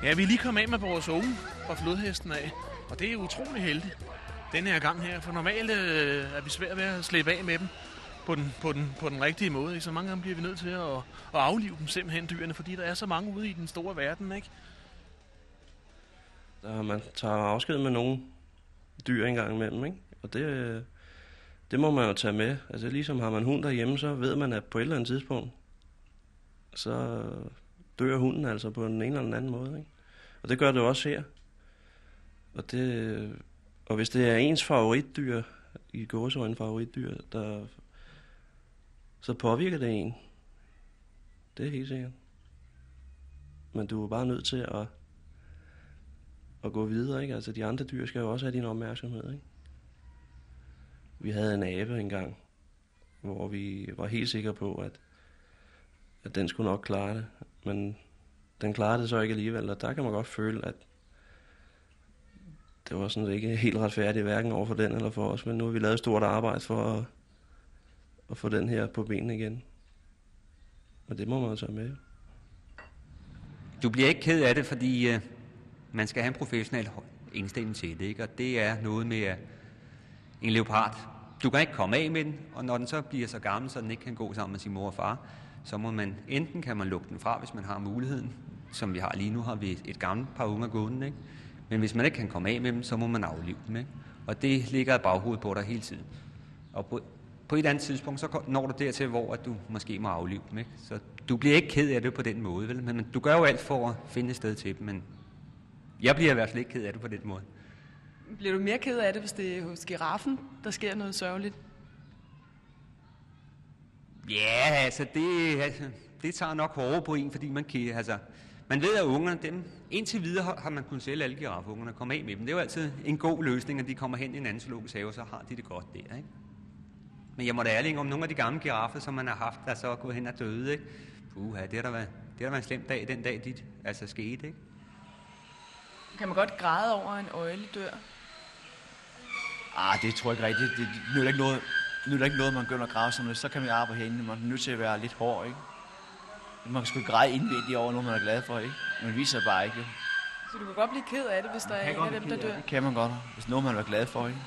Ja, vi er lige kommet af med vores unge fra flodhesten af, og det er utrolig heldigt den her gang her, for normalt øh, er vi svært ved at slippe af med dem på den, på den, på den rigtige måde. Ikke? Så mange gange bliver vi nødt til at, at aflive dem simpelthen dyrene, fordi der er så mange ude i den store verden, ikke? Der man tager afsked med nogle dyr engang imellem, ikke? Og det, det må man jo tage med. Altså ligesom har man hund derhjemme, så ved man, at på et eller andet tidspunkt, så dør hunden altså på den ene eller den anden måde, ikke? Og det gør det også her. Og, det, og hvis det er ens favoritdyr, i gåseøjne favoritdyr, der, så påvirker det en. Det er helt sikkert. Men du er bare nødt til at, at gå videre, ikke? Altså de andre dyr skal jo også have din opmærksomhed, ikke? Vi havde en abe engang, hvor vi var helt sikre på, at, at den skulle nok klare det. Men den klarede det så ikke alligevel, og der kan man godt føle, at det var sådan ikke helt retfærdigt, hverken over for den eller for os. Men nu har vi lavet et stort arbejde for at, at få den her på benene igen. Og det må man jo tage med. Du bliver ikke ked af det, fordi øh, man skal have en professionel indstilling til det, ikke? Og det er noget med uh, en leopard. Du kan ikke komme af med den, og når den så bliver så gammel, så den ikke kan gå sammen med sin mor og far, så må man, enten kan man lukke den fra, hvis man har muligheden, som vi har lige nu, har vi et, et gammelt par unger gående, ikke? Men hvis man ikke kan komme af med dem, så må man aflive dem, ikke? Og det ligger i baghovedet på dig hele tiden. Og på, på et eller andet tidspunkt, så når du dertil, hvor at du måske må aflive dem, ikke? Så du bliver ikke ked af det på den måde, vel? Men, men du gør jo alt for at finde et sted til dem, men jeg bliver i hvert fald ikke ked af det på den måde. Bliver du mere ked af det, hvis det er hos giraffen, der sker noget sørgeligt? Ja, altså det, altså, det tager nok hårdere på en, fordi man kan, altså, man ved, at ungerne, dem, indtil videre har, har man kunnet sælge alle giraffungerne og komme af med dem. Det er jo altid en god løsning, at de kommer hen i en anden zoologisk have, så har de det godt der, ikke? Men jeg må da ærlig om nogle af de gamle giraffer, som man har haft, der så er gået hen og døde, ikke? Puha, det har da været, det har da været en slem dag, den dag dit altså skete, ikke? Kan man godt græde over en øjelig dør? Ah, det tror jeg ikke rigtigt. Det, det, det, er ikke noget, nu er der ikke noget, man gør at grave sådan noget. Så kan man arbejde herinde. Man er nødt til at være lidt hård, ikke? Man kan sgu græde indvendigt over noget, man er glad for, ikke? Men det viser bare ikke, jo. Så du kan godt blive ked af det, hvis der er en af dem, der dør? Det kan man godt, hvis noget, man er glad for, ikke?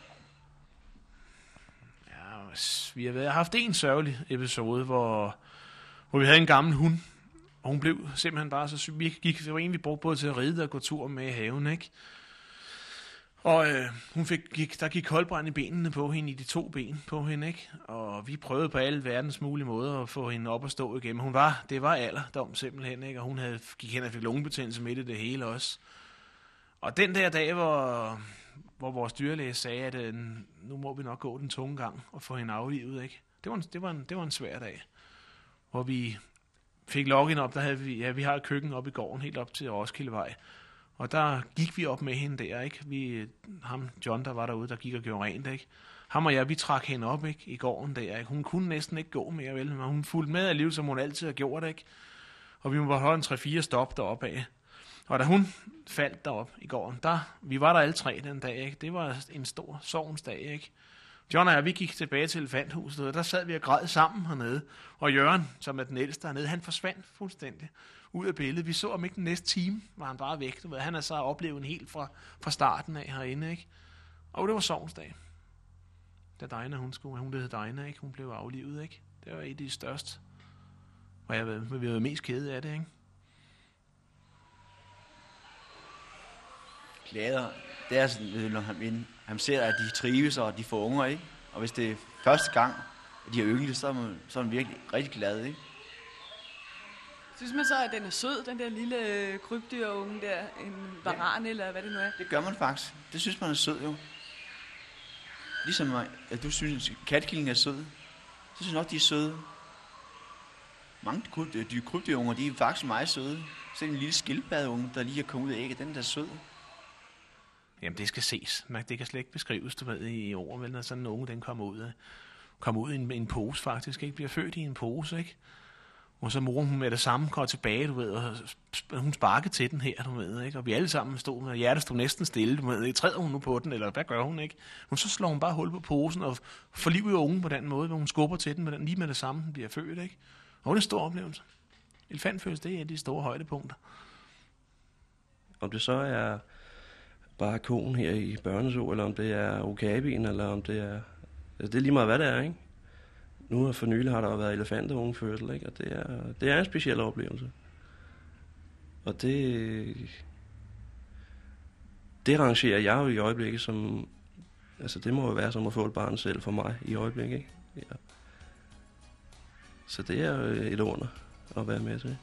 Ja, vi har været, haft en sørgelig episode, hvor, hvor vi havde en gammel hund. Og hun blev simpelthen bare så syg. Vi gik, det var en, vi brugte både til at ride og gå tur med i haven, ikke? Og øh, hun fik, gik, der gik koldbrand i benene på hende, i de to ben på hende, ikke? Og vi prøvede på alle verdens mulige måder at få hende op og stå igen. Hun var, det var alderdom simpelthen, ikke? Og hun havde, gik hen og fik lungebetændelse midt i det hele også. Og den der dag, hvor, hvor vores dyrlæge sagde, at øh, nu må vi nok gå den tunge gang og få hende aflivet, ikke? Det var en, det var en, det var en svær dag, hvor vi fik loggen op. Der havde vi, ja, vi har et køkken op i gården, helt op til Roskildevej. Og der gik vi op med hende der, ikke? Vi, ham, John, der var derude, der gik og gjorde rent, ikke? Ham og jeg, vi trak hende op, ikke? I gården der, ikke? Hun kunne næsten ikke gå mere, vel? Men hun fulgte med alligevel, som hun altid har gjort, ikke? Og vi må bare holde en tre fire stop deroppe af. Og da hun faldt derop i gården, der, vi var der alle tre den dag, ikke? Det var en stor sorgens dag, ikke? John og jeg, vi gik tilbage til elefanthuset, og der sad vi og græd sammen hernede. Og Jørgen, som er den ældste hernede, han forsvandt fuldstændig ud af billedet. Vi så ham ikke den næste time, var han bare væk. Du ved, han har så oplevet en helt fra, fra starten af herinde, ikke? Og det var sorgensdag. Da Dina, hun skulle, hun hed Dina, ikke? Hun blev aflivet, ikke? Det var et af de største. Og jeg ved, vi var mest kede af det, ikke? Glæder, det er sådan, når han, han ser, at de trives, og de får unger, ikke? Og hvis det er første gang, at de er ynglige, så er man, så er man virkelig rigtig glad, ikke? Synes man så, at den er sød, den der lille krybdyrunge der, en varan ja. Eller hvad det nu er? Det gør man faktisk. Det synes man er sød, jo. Ligesom mig, at du synes, at katkilling er sød, så synes jeg nok, de er søde. Mange de krybdyrunger, de er faktisk meget søde. Selv en lille skildpaddeunge, der lige er kommet ud af ægget, den der er sød. Jamen, det skal ses. Det kan slet ikke beskrives, du ved, i ord, vel, når sådan en unge, den kommer ud af, kommer ud i en, en pose, faktisk, ikke? Bliver født i en pose, ikke? Og så moren hun med det samme går tilbage, du ved, og hun sparker til den her, du ved, ikke? Og vi alle sammen stod med hjertet stod næsten stille, du ved, træder hun nu på den, eller hvad gør hun, ikke? Men så slår hun bare hul på posen og får liv i ungen på den måde, hvor hun skubber til den, med den lige med det samme, den bliver født, ikke? Og det er en stor oplevelse. Elefantfødsel, det er de store højdepunkter. Om det så er bare koen her i børneså, eller om det er okabien, eller om det er... Altså, det er lige meget, hvad det er, ikke? Nu for nylig har der jo været elefanterungefødsel, ikke? Og det er, det er en speciel oplevelse. Og det... Det rangerer jeg jo i øjeblikket som... Altså, det må jo være som at få et barn selv for mig i øjeblikket, ikke? Ja. Så det er jo et under at være med til.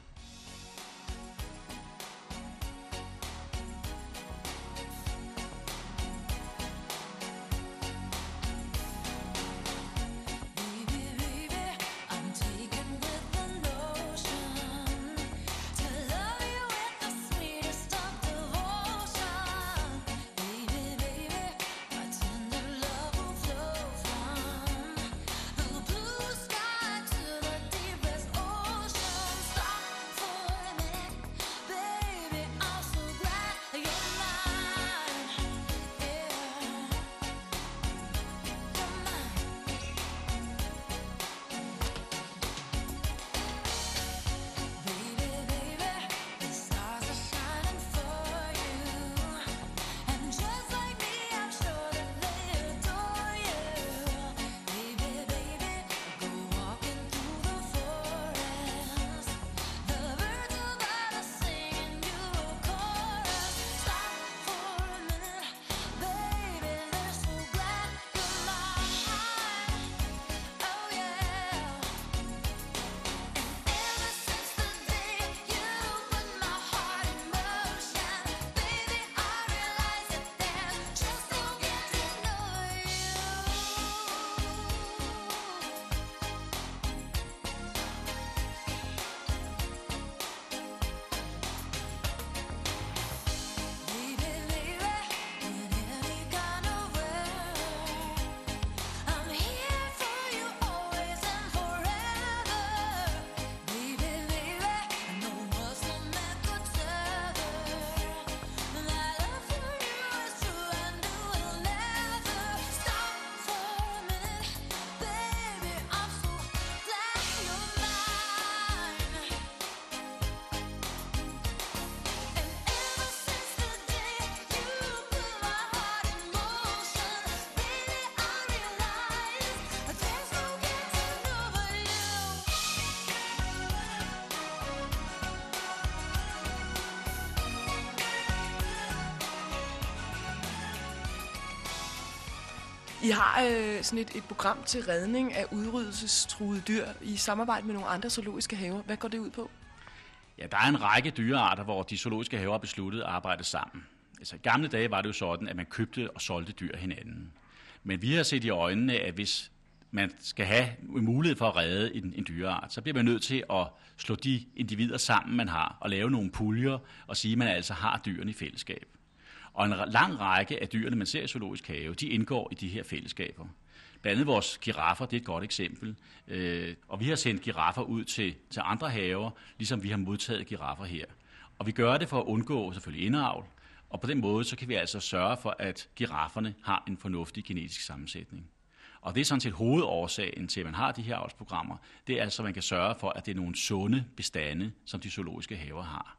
I har øh, sådan et, et program til redning af udryddelsestruede dyr i samarbejde med nogle andre zoologiske haver. Hvad går det ud på? Ja, der er en række dyrearter, hvor de zoologiske haver har besluttet at arbejde sammen. Altså, i gamle dage var det jo sådan, at man købte og solgte dyr hinanden. Men vi har set i øjnene, at hvis man skal have mulighed for at redde en, en dyreart, så bliver man nødt til at slå de individer sammen, man har, og lave nogle puljer og sige, at man altså har dyrene i fællesskab. Og en lang række af dyrene, man ser i zoologisk have, de indgår i de her fællesskaber. Blandt andet vores giraffer, det er et godt eksempel. Øh, og vi har sendt giraffer ud til, til andre haver, ligesom vi har modtaget giraffer her. Og vi gør det for at undgå selvfølgelig indavl, og på den måde så kan vi altså sørge for, at girafferne har en fornuftig genetisk sammensætning. Og det er sådan set hovedårsagen til, at man har de her avlsprogrammer. Det er altså, at man kan sørge for, at det er nogle sunde bestande, som de zoologiske haver har.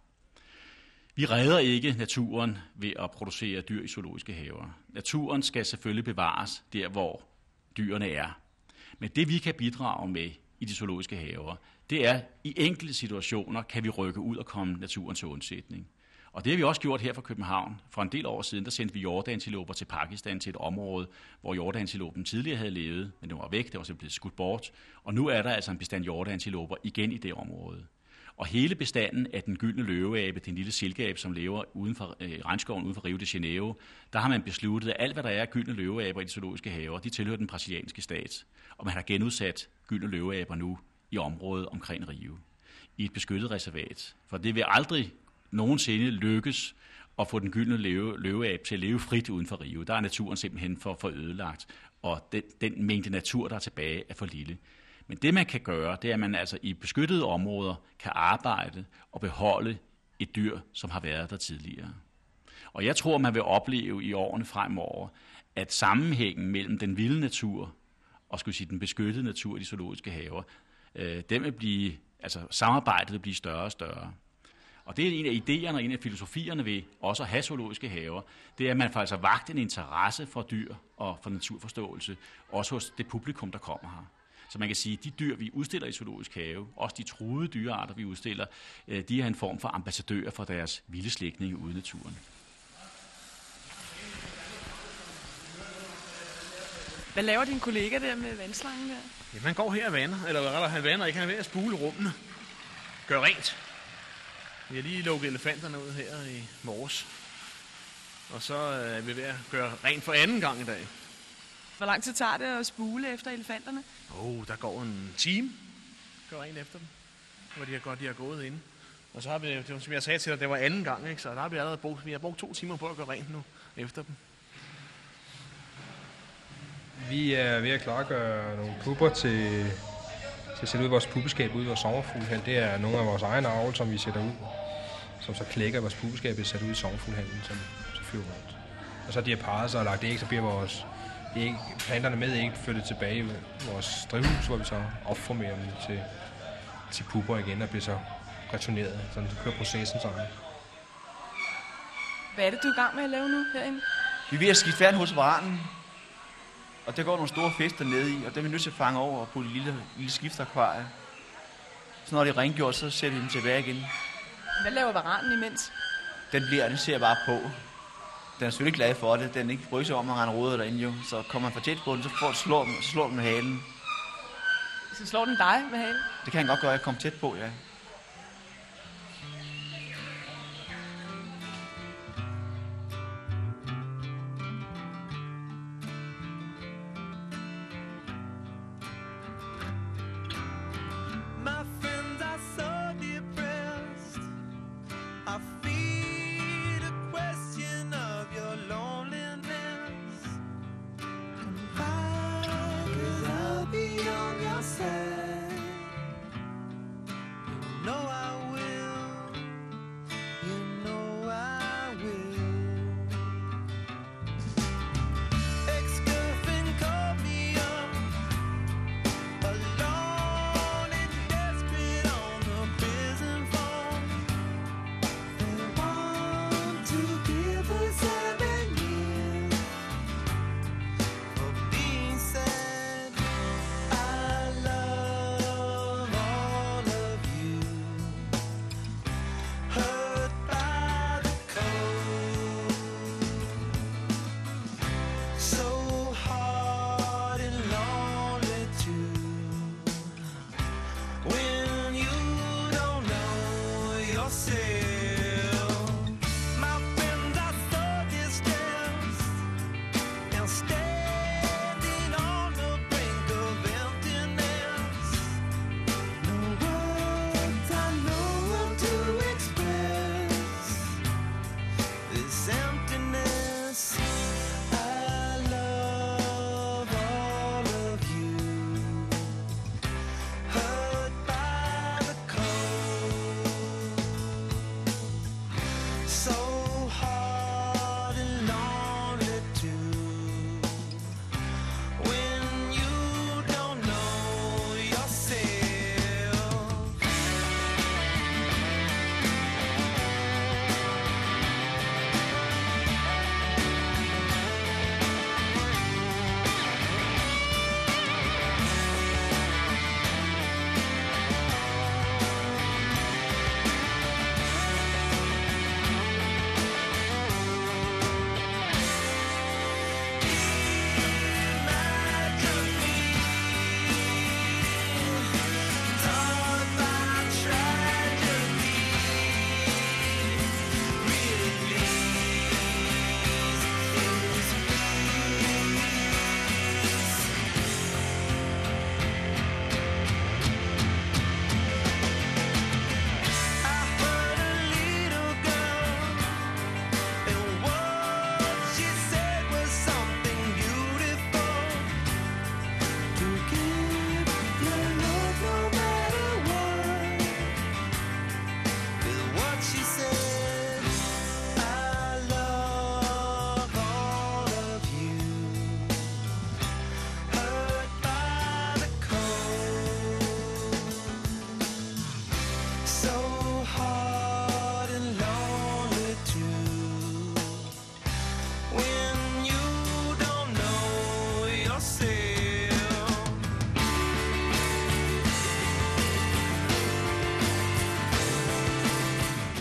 Vi redder ikke naturen ved at producere dyr i zoologiske haver. Naturen skal selvfølgelig bevares der, hvor dyrene er. Men det, vi kan bidrage med i de zoologiske haver, det er, i enkelte situationer kan vi rykke ud og komme naturen til undsætning. Og det har vi også gjort her fra København. For en del år siden, der sendte vi jordantiloper til Pakistan, til et område, hvor jordantilopen tidligere havde levet, men den var væk, det var simpelthen blevet skudt bort. Og nu er der altså en bestand jordantiloper igen i det område. Og hele bestanden af den gyldne løveabe, den lille silkeabe, som lever uden for øh, regnskoven uden for Rio de Janeiro, der har man besluttet, at alt, hvad der er af gyldne løveaber i de zoologiske haver, de tilhører den brasilianske stat. Og man har genudsat gyldne løveaber nu i området omkring Rio, i et beskyttet reservat. For det vil aldrig nogensinde lykkes at få den gyldne løve, løveabe til at leve frit uden for Rio. Der er naturen simpelthen for, for ødelagt, og den, den mængde natur, der er tilbage, er for lille. Men det, man kan gøre, det er, at man altså i beskyttede områder kan arbejde og beholde et dyr, som har været der tidligere. Og jeg tror, man vil opleve i årene fremover, at sammenhængen mellem den vilde natur og skulle sige, den beskyttede natur i de zoologiske haver, øh, den vil blive, altså samarbejdet vil blive større og større. Og det er en af idéerne og en af filosofierne ved også at have zoologiske haver. Det er, at man får altså vagt en interesse for dyr og for naturforståelse, også hos det publikum, der kommer her. Så man kan sige, at de dyr, vi udstiller i zoologisk have, også de truede dyrearter, vi udstiller, de er en form for ambassadører for deres vilde slægtninge ude i naturen. Hvad laver din kollega der med vandslangen der? Ja, man går her og vander, eller hvad er der, han vander ikke, han er ved at spule rummene. Gør rent. Vi har lige lukket elefanterne ud her i morges. Og så er vi ved at gøre rent for anden gang i dag. Hvor lang tid tager det at spule efter elefanterne? Åh, oh, der går en time. Gør rent efter dem. Hvor de har godt, de har gået ind. Og så har vi, det var, som jeg sagde til dig, det var anden gang, ikke? Så der har vi allerede brugt, vi har brugt to timer på at gøre rent nu efter dem. Vi er ved at klargøre nogle pupper til, til at sætte ud i vores puppeskab ude i vores sommerfuglehal. Det er nogle af vores egne avl, som vi sætter ud, som så klækker vores puppeskab, er sat ud i sommerfuglhallen, som så flyver rundt. Og så de har parret sig og lagt æg, så bliver vores æg, planterne med æg flyttet tilbage i vores drivhus, hvor vi så opformerer dem til, til pupper igen og bliver så returneret. Så kører processen sammen. Hvad er det, du er i gang med at lave nu herinde? Vi er ved at skifte vand hos varanen. Og der går nogle store fisk nede i, og dem er vi nødt til at fange over på det lille, lille skifteakvarie. Så når det er rengjort, så sætter vi dem tilbage igen. Hvad laver varanen imens? Den bliver, den ser bare på. Den er selvfølgelig glad for det. Den er ikke bryder sig om, at rende roder derinde jo. Så kommer man for tæt på den, så, får, slår, den, så slår den med halen. Så slår den dig med halen? Det kan han godt gøre, at jeg kommer tæt på, ja.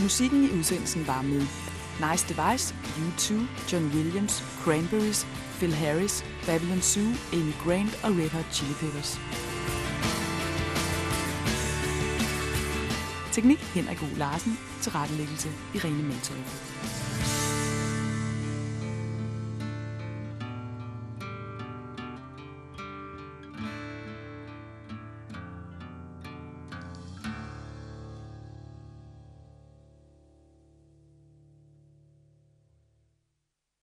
Musikken i udsendelsen var med Nice Device, U to, John Williams, Cranberries, Phil Harris, Babylon Zoo, Amy Grant og Red Hot Chili Peppers. Teknik Henrik O. Larsen, tilrettelæggelse Irene Maltøj.